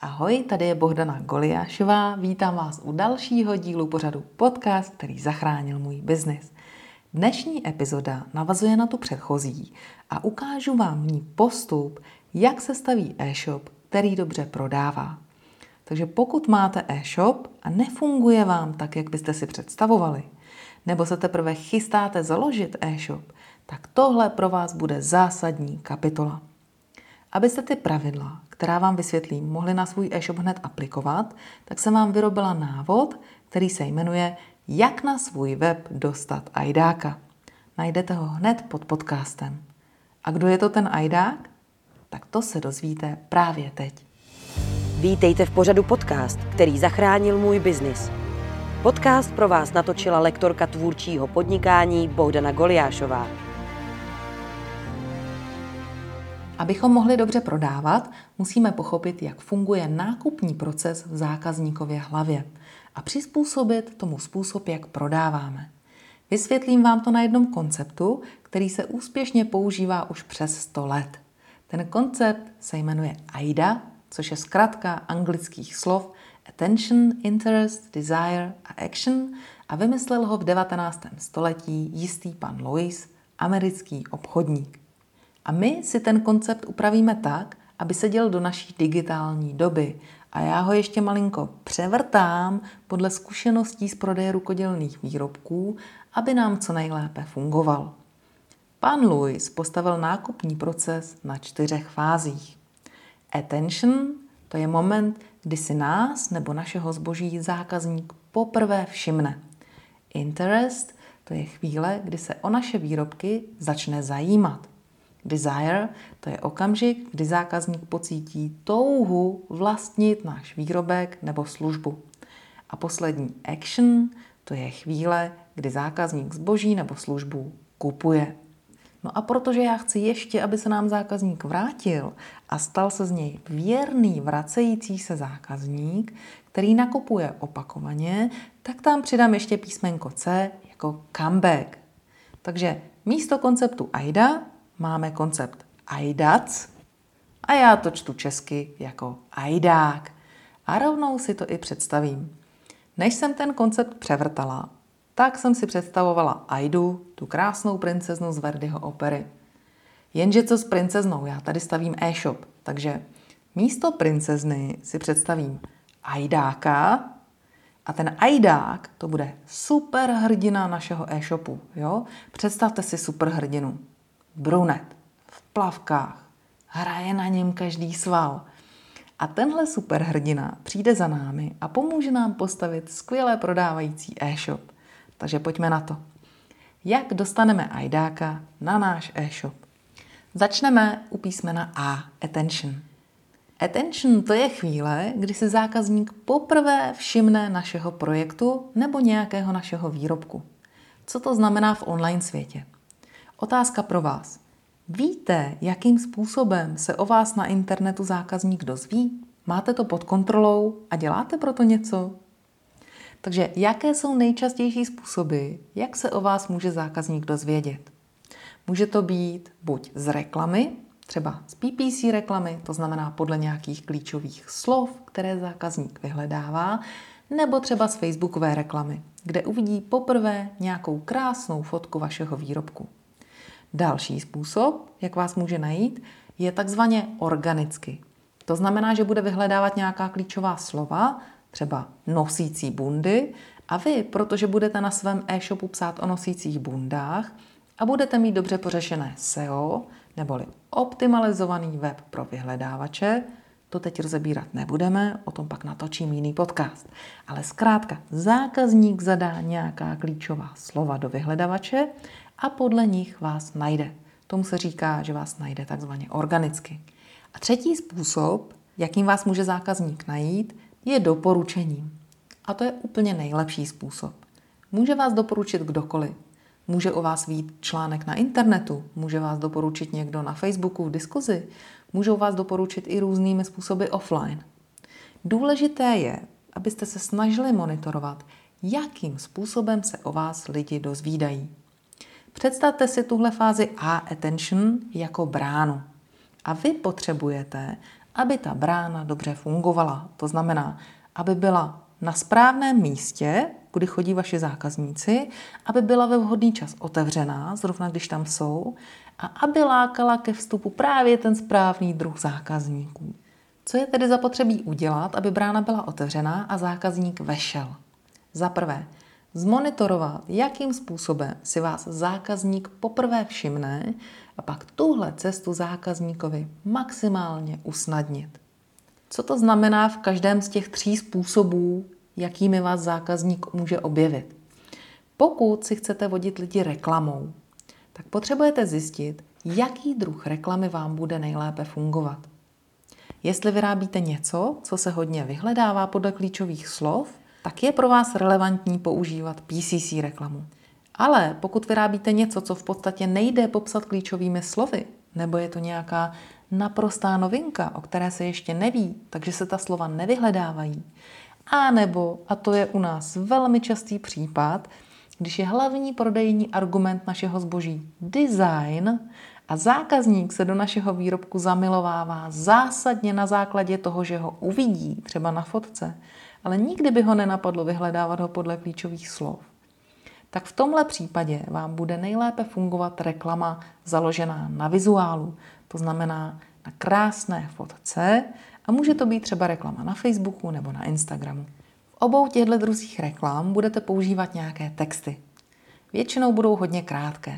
Ahoj, tady je Bohdana Goliášová, vítám vás u dalšího dílu pořadu Podcast, který zachránil můj biznis. Dnešní epizoda navazuje na tu předchozí a ukážu vám v ní postup, jak se staví e-shop, který dobře prodává. Takže pokud máte e-shop a nefunguje vám tak, jak byste si představovali, nebo se teprve chystáte založit e-shop, tak tohle pro vás bude zásadní kapitola. Abyste ty pravidla, která vám vysvětlím, mohli na svůj e-shop hned aplikovat, tak jsem vám vyrobila návod, který se jmenuje Jak na svůj web dostat ajdáka. Najdete ho hned pod podcastem. A kdo je to ten ajdák? Tak to se dozvíte právě teď. Vítejte v pořadu Podcast, který zachránil můj biznis. Podcast pro vás natočila lektorka tvůrčího podnikání Bohdana Goliášová. Abychom mohli dobře prodávat, musíme pochopit, jak funguje nákupní proces v zákazníkově hlavě a přizpůsobit tomu způsob, jak prodáváme. Vysvětlím vám to na jednom konceptu, který se úspěšně používá už přes 100 let. Ten koncept se jmenuje AIDA, což je zkratka anglických slov Attention, Interest, Desire a Action a vymyslel ho v 19. století jistý pan Lewis, americký obchodník. A my si ten koncept upravíme tak, aby seděl do naší digitální doby. A já ho ještě malinko převrtám podle zkušeností z prodeje rukodělných výrobků, aby nám co nejlépe fungoval. Pan Lewis postavil nákupní proces na 4 fázích. Attention, to je moment, kdy si nás nebo našeho zboží zákazník poprvé všimne. Interest, to je chvíle, kdy se o naše výrobky začne zajímat. Desire, to je okamžik, kdy zákazník pocítí touhu vlastnit náš výrobek nebo službu. A poslední action, to je chvíle, kdy zákazník zboží nebo službu kupuje. No a protože já chci ještě, aby se nám zákazník vrátil a stal se z něj věrný vracející se zákazník, který nakupuje opakovaně, tak tam přidám ještě písmenko C jako comeback. Takže místo konceptu AIDA máme koncept ajdac a já to čtu česky jako ajdák. A rovnou si to i představím. Než jsem ten koncept převrtala, tak jsem si představovala Aidu, tu krásnou princeznu z Verdiho opery. Jenže co s princeznou? Já tady stavím e-shop, takže místo princezny si představím ajdáka a ten ajdák to bude superhrdina našeho e-shopu. Jo? Představte si superhrdinu. Brunet, v plavkách, hraje na něm každý sval. A tenhle superhrdina přijde za námi a pomůže nám postavit skvěle prodávající e-shop. Takže pojďme na to. Jak dostaneme ajdáka na náš e-shop? Začneme u písmena A, Attention. Attention to je chvíle, kdy si zákazník poprvé všimne našeho projektu nebo nějakého našeho výrobku. Co to znamená v online světě? Otázka pro vás. Víte, jakým způsobem se o vás na internetu zákazník dozví? Máte to pod kontrolou a děláte proto něco? Takže jaké jsou nejčastější způsoby, jak se o vás může zákazník dozvědět? Může to být buď z reklamy, třeba z PPC reklamy, to znamená podle nějakých klíčových slov, které zákazník vyhledává, nebo třeba z facebookové reklamy, kde uvidí poprvé nějakou krásnou fotku vašeho výrobku. Další způsob, jak vás může najít, je takzvaně organicky. To znamená, že bude vyhledávat nějaká klíčová slova, třeba nosící bundy, a vy, protože budete na svém e-shopu psát o nosících bundách a budete mít dobře pořešené SEO, neboli optimalizovaný web pro vyhledávače, to teď rozebírat nebudeme, o tom pak natočím jiný podcast. Ale zkrátka, zákazník zadá nějaká klíčová slova do vyhledavače a podle nich vás najde. Tomu se říká, že vás najde takzvaně organicky. A třetí způsob, jakým vás může zákazník najít, je doporučením. A to je úplně nejlepší způsob. Může vás doporučit kdokoliv. Může o vás vít článek na internetu, může vás doporučit někdo na Facebooku v diskuzi, můžou vás doporučit i různými způsoby offline. Důležité je, abyste se snažili monitorovat, jakým způsobem se o vás lidi dozvídají. Představte si tuhle fázi A attention jako bránu. A vy potřebujete, aby ta brána dobře fungovala. To znamená, aby byla na správném místě, kudy chodí vaši zákazníci, aby byla ve vhodný čas otevřená, zrovna když tam jsou, a aby lákala ke vstupu právě ten správný druh zákazníků. Co je tedy zapotřebí udělat, aby brána byla otevřená a zákazník vešel? Za prvé, zmonitorovat, jakým způsobem si vás zákazník poprvé všimne a pak tuhle cestu zákazníkovi maximálně usnadnit. Co to znamená v každém z těch 3 způsobů, jakými vás zákazník může objevit? Pokud si chcete vodit lidi reklamou, tak potřebujete zjistit, jaký druh reklamy vám bude nejlépe fungovat. Jestli vyrábíte něco, co se hodně vyhledává podle klíčových slov, tak je pro vás relevantní používat PCC reklamu. Ale pokud vyrábíte něco, co v podstatě nejde popsat klíčovými slovy, nebo je to nějaká naprostá novinka, o které se ještě neví, takže se ta slova nevyhledávají, a nebo, a to je u nás velmi častý případ, když je hlavní prodejní argument našeho zboží design a zákazník se do našeho výrobku zamilovává zásadně na základě toho, že ho uvidí, třeba na fotce, ale nikdy by ho nenapadlo vyhledávat ho podle klíčových slov. Tak v tomhle případě vám bude nejlépe fungovat reklama založená na vizuálu, to znamená na krásné fotce a může to být třeba reklama na Facebooku nebo na Instagramu. V obou těchto druzích reklam budete používat nějaké texty. Většinou budou hodně krátké.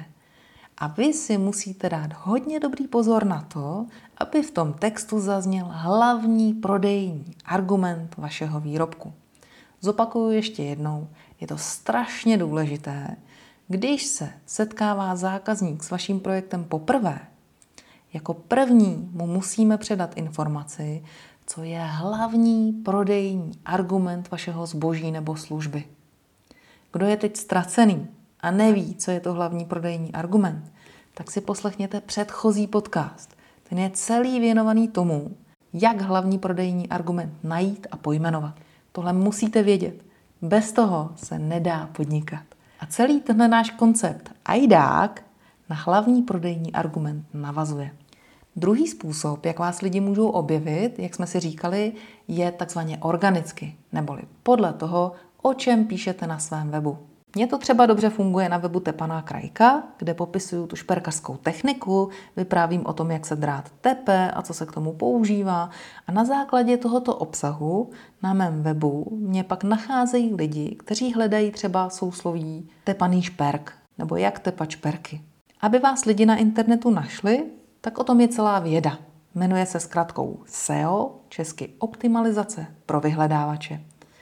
A vy si musíte dát hodně dobrý pozor na to, aby v tom textu zazněl hlavní prodejní argument vašeho výrobku. Zopakuju ještě jednou, je to strašně důležité, když se setkává zákazník s vaším projektem poprvé, jako první mu musíme předat informaci, co je hlavní prodejní argument vašeho zboží nebo služby. Kdo je teď ztracený a neví, co je to hlavní prodejní argument, tak si poslechněte předchozí podcast. Ten je celý věnovaný tomu, jak hlavní prodejní argument najít a pojmenovat. Tohle musíte vědět. Bez toho se nedá podnikat. A celý tenhle náš koncept ajdák na hlavní prodejní argument navazuje. Druhý způsob, jak vás lidi můžou objevit, jak jsme si říkali, je takzvaně organicky, neboli podle toho, o čem píšete na svém webu. Mně to třeba dobře funguje na webu Tepaná krajka, kde popisuju tu šperkařskou techniku, vyprávím o tom, jak se drát tepe a co se k tomu používá. A na základě tohoto obsahu na mém webu mě pak nacházejí lidi, kteří hledají třeba sousloví tepaný šperk nebo jak tepat šperky. Aby vás lidi na internetu našli, tak o tom je celá věda. Jmenuje se zkratkou SEO, česky optimalizace pro vyhledávače.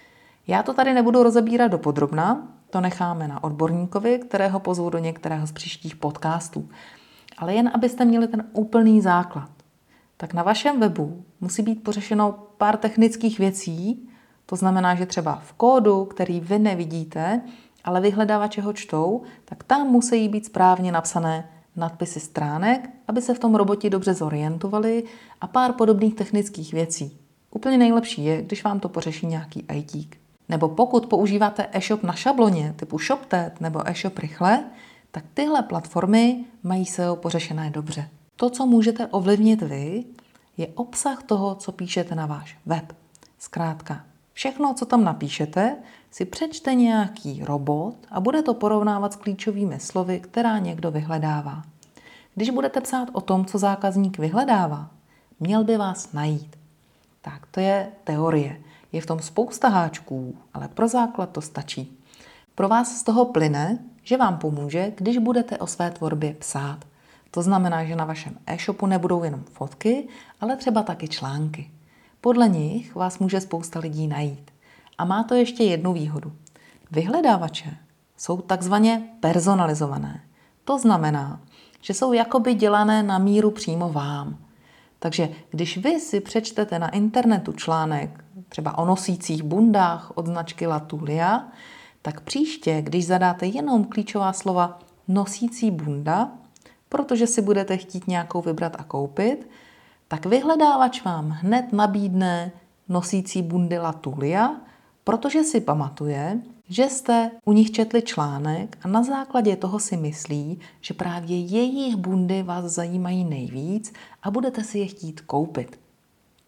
Já to tady nebudu rozebírat dopodrobna, to necháme na odborníkovi, kterého pozvu do některého z příštích podcastů. Ale jen abyste měli ten úplný základ, tak na vašem webu musí být pořešeno pár technických věcí, to znamená, že třeba v kódu, který vy nevidíte, ale vyhledávače ho čtou, tak tam musí být správně napsané nadpisy stránek, aby se v tom roboti dobře zorientovali a pár podobných technických věcí. Úplně nejlepší je, když vám to pořeší nějaký ITík. Nebo pokud používáte e-shop na šabloně typu ShopTet nebo e-shop rychle, tak tyhle platformy mají SEO pořešené dobře. To, co můžete ovlivnit vy, je obsah toho, co píšete na váš web. Zkrátka, všechno, co tam napíšete, si přečte nějaký robot a bude to porovnávat s klíčovými slovy, která někdo vyhledává. Když budete psát o tom, co zákazník vyhledává, měl by vás najít. Tak to je teorie. Je v tom spousta háčků, ale pro základ to stačí. Pro vás z toho plyne, že vám pomůže, když budete o své tvorbě psát. To znamená, že na vašem e-shopu nebudou jenom fotky, ale třeba taky články. Podle nich vás může spousta lidí najít. A má to ještě jednu výhodu. Vyhledávače jsou takzvaně personalizované. To znamená, že jsou jakoby dělané na míru přímo vám. Takže když vy si přečtete na internetu článek třeba o nosících bundách od značky Latulia, tak příště, když zadáte jenom klíčová slova nosící bunda, protože si budete chtít nějakou vybrat a koupit, tak vyhledávač vám hned nabídne nosící bundy Latulia, protože si pamatuje, že jste u nich četli článek a na základě toho si myslí, že právě jejich bundy vás zajímají nejvíc a budete si je chtít koupit.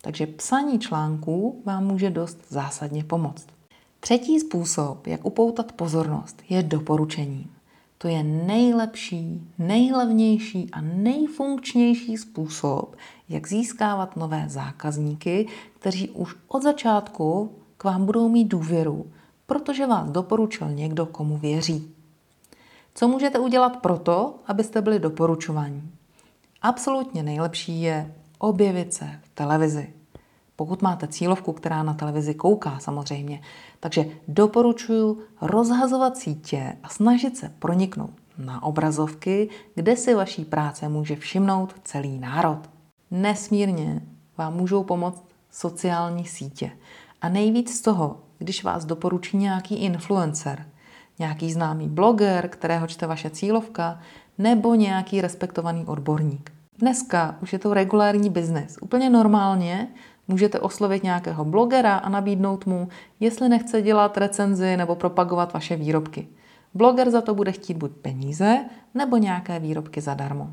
Takže psaní článků vám může dost zásadně pomoct. Třetí způsob, jak upoutat pozornost, je doporučení. To je nejlepší, nejlevnější a nejfunkčnější způsob, jak získávat nové zákazníky, kteří už od začátku k vám budou mít důvěru, protože vás doporučil někdo, komu věří. Co můžete udělat proto, abyste byli doporučovaní? Absolutně nejlepší je objevit se v televizi. Pokud máte cílovku, která na televizi kouká samozřejmě. Takže doporučuji rozhazovat sítě a snažit se proniknout na obrazovky, kde si vaší práce může všimnout celý národ. Nesmírně vám můžou pomoct sociální sítě. A nejvíc z toho, když vás doporučí nějaký influencer, nějaký známý bloger, kterého čte vaše cílovka, nebo nějaký respektovaný odborník. Dneska už je to regulární biznes. Úplně normálně můžete oslovit nějakého blogera a nabídnout mu, jestli nechce dělat recenzi nebo propagovat vaše výrobky. Bloger za to bude chtít buď peníze, nebo nějaké výrobky zadarmo.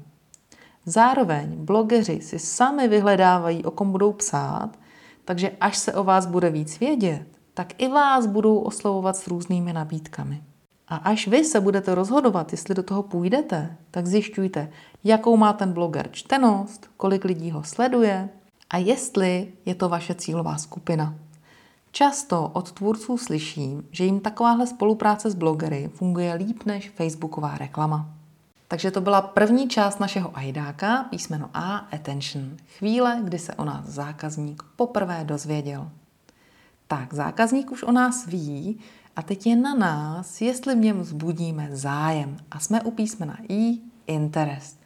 Zároveň blogeři si sami vyhledávají, o kom budou psát, takže až se o vás bude víc vědět, tak i vás budou oslovovat s různými nabídkami. A až vy se budete rozhodovat, jestli do toho půjdete, tak zjišťujte, jakou má ten bloger čtenost, kolik lidí ho sleduje a jestli je to vaše cílová skupina. Často od tvůrců slyším, že jim takováhle spolupráce s blogery funguje líp než facebooková reklama. Takže to byla první část našeho ajdáka, písmeno A, attention. Chvíle, kdy se o nás zákazník poprvé dozvěděl. Tak, zákazník už o nás ví a teď je na nás, jestli v něm vzbudíme zájem. A jsme u písmena I, interest.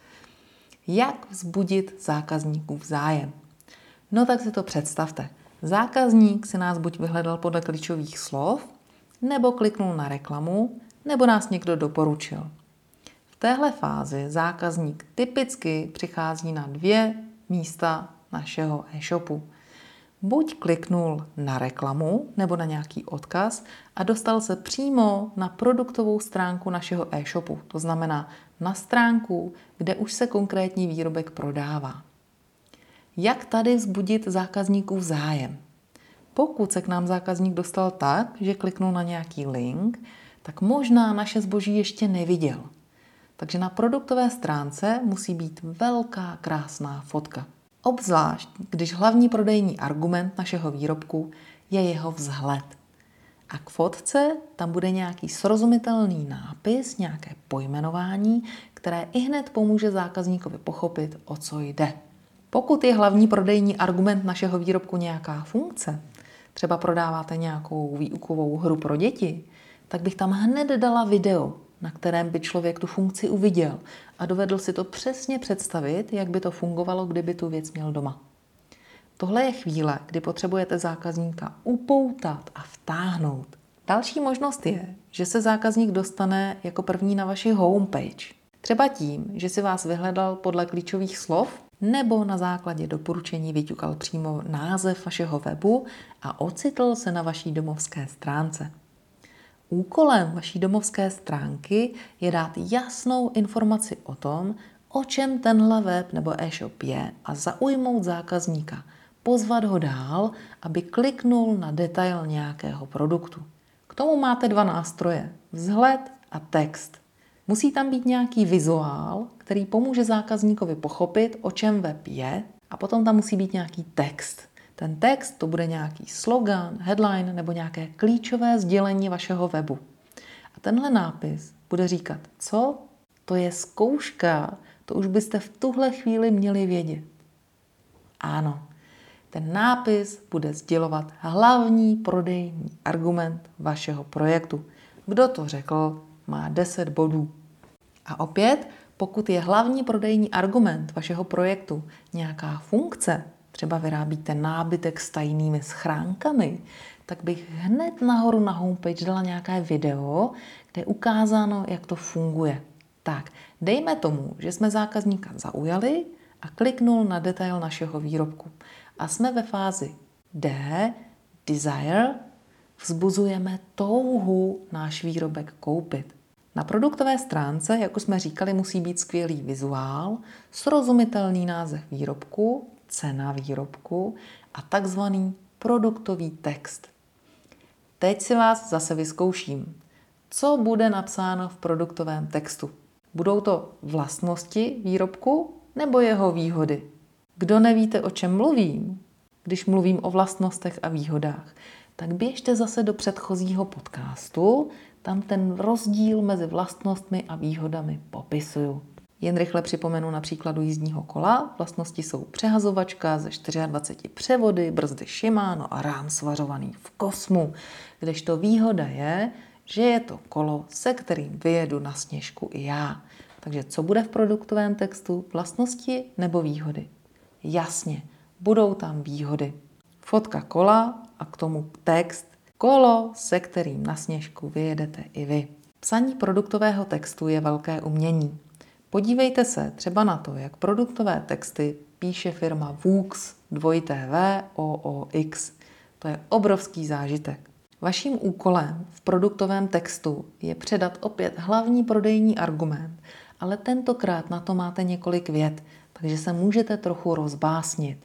Jak vzbudit zákazníkův zájem? No tak si to představte. Zákazník si nás buď vyhledal podle klíčových slov, nebo kliknul na reklamu, nebo nás někdo doporučil. V téhle fázi zákazník typicky přichází na 2 místa našeho e-shopu. Buď kliknul na reklamu nebo na nějaký odkaz a dostal se přímo na produktovou stránku našeho e-shopu, to znamená na stránku, kde už se konkrétní výrobek prodává. Jak tady vzbudit zákazníkův zájem? Pokud se k nám zákazník dostal tak, že kliknul na nějaký link, tak možná naše zboží ještě neviděl. Takže na produktové stránce musí být velká krásná fotka. Obzvlášť, když hlavní prodejní argument našeho výrobku je jeho vzhled. A k fotce tam bude nějaký srozumitelný nápis, nějaké pojmenování, které ihned pomůže zákazníkovi pochopit, o co jde. Pokud je hlavní prodejní argument našeho výrobku nějaká funkce, třeba prodáváte nějakou výukovou hru pro děti, tak bych tam hned dala video, na kterém by člověk tu funkci uviděl a dovedl si to přesně představit, jak by to fungovalo, kdyby tu věc měl doma. Tohle je chvíle, kdy potřebujete zákazníka upoutat a vtáhnout. Další možnost je, že se zákazník dostane jako první na vaši homepage. Třeba tím, že si vás vyhledal podle klíčových slov nebo na základě doporučení vyťukal přímo název vašeho webu a ocitl se na vaší domovské stránce. Úkolem vaší domovské stránky je dát jasnou informaci o tom, o čem tenhle web nebo e-shop je a zaujmout zákazníka, pozvat ho dál, aby kliknul na detail nějakého produktu. K tomu máte 2 nástroje, vzhled a text. Musí tam být nějaký vizuál, který pomůže zákazníkovi pochopit, o čem web je, a potom tam musí být nějaký text. Ten text to bude nějaký slogan, headline nebo nějaké klíčové sdělení vašeho webu. A tenhle nápis bude říkat, co? To je zkouška, to už byste v tuhle chvíli měli vědět. Ano, ten nápis bude sdělovat hlavní prodejní argument vašeho projektu. Kdo to řekl, má 10 bodů. A opět, pokud je hlavní prodejní argument vašeho projektu nějaká funkce, třeba vyrábíte nábytek s tajnými schránkami, tak bych hned nahoru na homepage dala nějaké video, kde je ukázáno, jak to funguje. Tak, dejme tomu, že jsme zákazníka zaujali a kliknul na detail našeho výrobku. A jsme ve fázi D, desire, vzbuzujeme touhu náš výrobek koupit. Na produktové stránce, jak už jsme říkali, musí být skvělý vizuál, srozumitelný název výrobku cena výrobku a takzvaný produktový text. Teď si vás zase vyzkouším. Co bude napsáno v produktovém textu? Budou to vlastnosti výrobku nebo jeho výhody? Kdo nevíte, o čem mluvím, když mluvím o vlastnostech a výhodách, tak běžte zase do předchozího podcastu, tam ten rozdíl mezi vlastnostmi a výhodami popisuju. Jen rychle připomenu na příkladu jízdního kola. Vlastnosti jsou přehazovačka ze 24 převody, brzdy Shimano a rám svařovaný v Kosmu. Kdežto výhoda je, že je to kolo, se kterým vyjedu na sněžku i já. Takže co bude v produktovém textu? Vlastnosti nebo výhody? Jasně, budou tam výhody. Fotka kola a k tomu text. Kolo, se kterým na sněžku vyjedete i vy. Psaní produktového textu je velké umění. Podívejte se třeba na to, jak produktové texty píše firma Vux, Voox. To je obrovský zážitek. Vaším úkolem v produktovém textu je předat opět hlavní prodejní argument, ale tentokrát na to máte několik vět, takže se můžete trochu rozbásnit.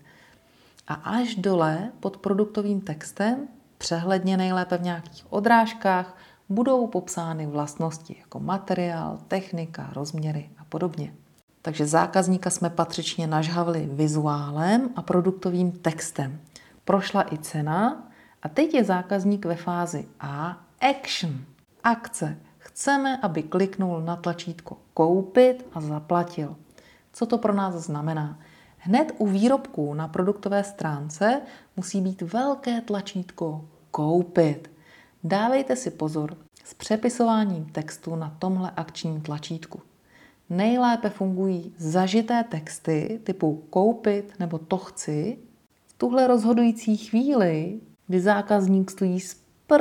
A až dole pod produktovým textem, přehledně nejlépe v nějakých odrážkách, budou popsány vlastnosti jako materiál, technika, rozměry a podobně. Takže zákazníka jsme patřičně nažhavili vizuálem a produktovým textem. Prošla i cena a teď je zákazník ve fázi A, action, akce. Chceme, aby kliknul na tlačítko koupit a zaplatil. Co to pro nás znamená? Hned u výrobků na produktové stránce musí být velké tlačítko koupit. Dávejte si pozor s přepisováním textu na tomhle akčním tlačítku. Nejlépe fungují zažité texty typu koupit nebo to chci. V tuhle rozhodující chvíli, kdy zákazník stojí s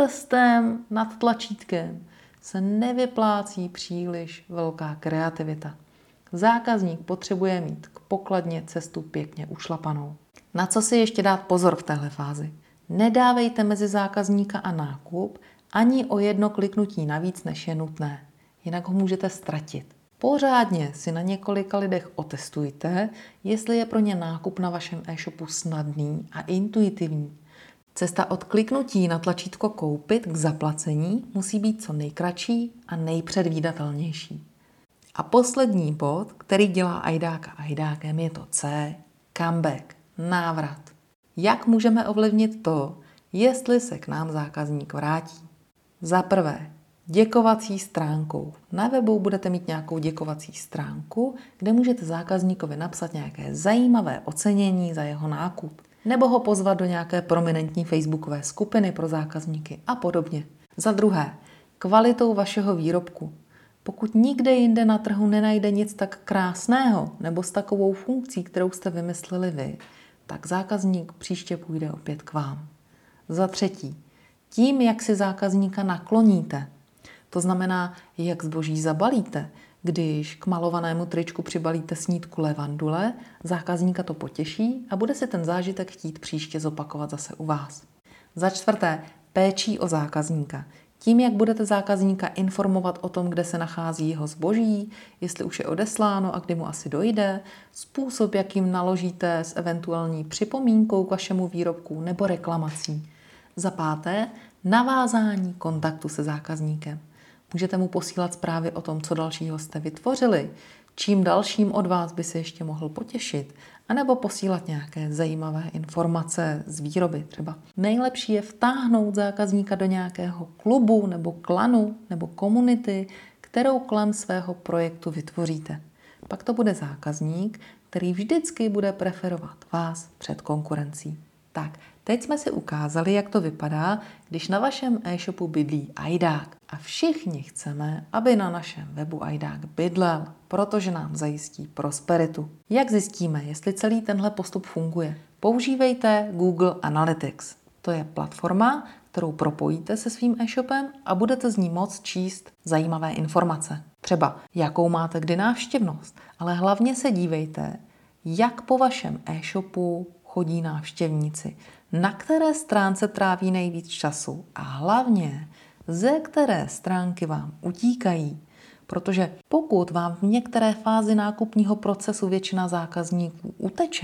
prstem nad tlačítkem, se nevyplácí příliš velká kreativita. Zákazník potřebuje mít k pokladně cestu pěkně ušlapanou. Na co si ještě dát pozor v téhle fázi? Nedávejte mezi zákazníka a nákup ani o jedno kliknutí navíc, než je nutné. Jinak ho můžete ztratit. Pořádně si na několika lidech otestujte, jestli je pro ně nákup na vašem e-shopu snadný a intuitivní. Cesta od kliknutí na tlačítko koupit k zaplacení musí být co nejkratší a nejpředvídatelnější. A poslední bod, který dělá ajdáka ajdákem, je to C, comeback, návrat. Jak můžeme ovlivnit to, jestli se k nám zákazník vrátí? Za prvé, děkovací stránkou. Na webu budete mít nějakou děkovací stránku, kde můžete zákazníkovi napsat nějaké zajímavé ocenění za jeho nákup. Nebo ho pozvat do nějaké prominentní facebookové skupiny pro zákazníky a podobně. Za druhé, kvalitou vašeho výrobku. Pokud nikde jinde na trhu nenajde nic tak krásného nebo s takovou funkcí, kterou jste vymysleli vy, tak zákazník příště půjde opět k vám. Za třetí, tím, jak si zákazníka nakloníte. To znamená, jak zboží zabalíte. Když k malovanému tričku přibalíte snídku levandule, zákazníka to potěší a bude si ten zážitek chtít příště zopakovat zase u vás. Za čtvrté, péčí o zákazníka. Tím, jak budete zákazníka informovat o tom, kde se nachází jeho zboží, jestli už je odesláno a kdy mu asi dojde, způsob, jakým naložíte s eventuální připomínkou k vašemu výrobku nebo reklamací. Za páté, navázání kontaktu se zákazníkem. Můžete mu posílat zprávy o tom, co dalšího jste vytvořili, čím dalším od vás by se ještě mohl potěšit, anebo posílat nějaké zajímavé informace z výroby třeba. Nejlepší je vtáhnout zákazníka do nějakého klubu nebo klanu nebo komunity, kterou kolem svého projektu vytvoříte. Pak to bude zákazník, který vždycky bude preferovat vás před konkurencí. Tak, teď jsme si ukázali, jak to vypadá, když na vašem e-shopu bydlí ajdák. A všichni chceme, aby na našem webu ajdák bydlel, protože nám zajistí prosperitu. Jak zjistíme, jestli celý tenhle postup funguje? Používejte Google Analytics. To je platforma, kterou propojíte se svým e-shopem a budete z ní moct číst zajímavé informace. Třeba, jakou máte kdy návštěvnost, ale hlavně se dívejte, jak po vašem e-shopu chodí návštěvníci, na které stránce tráví nejvíc času a hlavně, ze které stránky vám utíkají. Protože pokud vám v některé fázi nákupního procesu většina zákazníků uteče,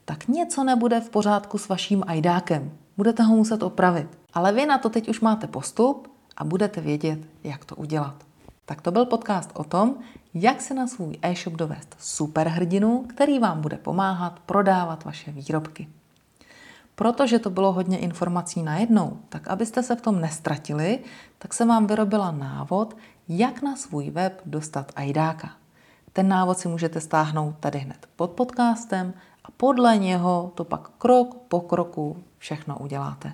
tak něco nebude v pořádku s vaším ajdákem. Budete ho muset opravit. Ale vy na to teď už máte postup a budete vědět, jak to udělat. Tak to byl podcast o tom, jak se na svůj e-shop dovést superhrdinu, který vám bude pomáhat prodávat vaše výrobky. Protože to bylo hodně informací najednou, tak abyste se v tom nestratili, tak jsem vám vyrobila návod, jak na svůj web dostat ajdáka. Ten návod si můžete stáhnout tady hned pod podcastem a podle něho to pak krok po kroku všechno uděláte.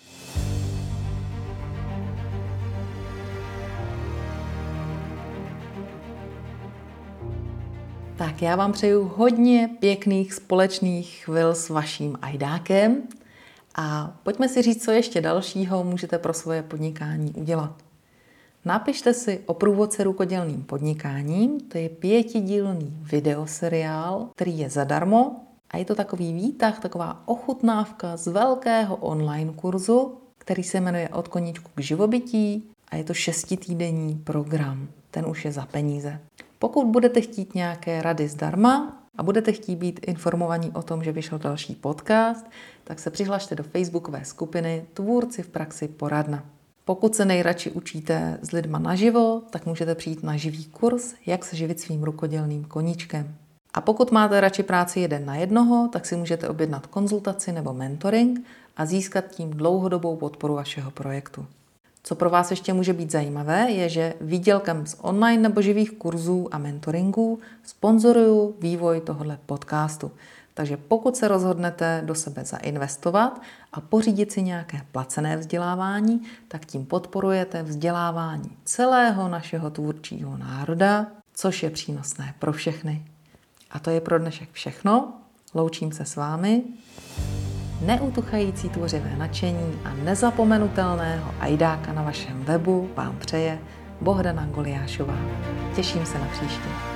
Tak já vám přeju hodně pěkných společných chvil s vaším ajdákem a pojďme si říct, co ještě dalšího můžete pro svoje podnikání udělat. Napište si o průvodce rukodělným podnikáním, to je 5dílný videoseriál, který je zadarmo a je to takový výtah, taková ochutnávka z velkého online kurzu, který se jmenuje Od koníčku k živobytí a je to 6týdenní program, ten už je za peníze. Pokud budete chtít nějaké rady zdarma a budete chtít být informovaní o tom, že vyšel další podcast, tak se přihlašte do facebookové skupiny Tvůrci v praxi poradna. Pokud se nejradši učíte s lidma naživo, tak můžete přijít na živý kurz, jak se živit svým rukodělným koníčkem. A pokud máte radši práci 1 na 1, tak si můžete objednat konzultaci nebo mentoring a získat tím dlouhodobou podporu vašeho projektu. Co pro vás ještě může být zajímavé, je, že výdělkem z online nebo živých kurzů a mentoringů sponzoruju vývoj tohoto podcastu. Takže pokud se rozhodnete do sebe zainvestovat a pořídit si nějaké placené vzdělávání, tak tím podporujete vzdělávání celého našeho tvůrčího národa, což je přínosné pro všechny. A to je pro dnešek všechno. Loučím se s vámi. Neutuchající tvořivé nadšení a nezapomenutelného ajdáka na vašem webu vám přeje Bohdana Goliášová. Těším se na příště.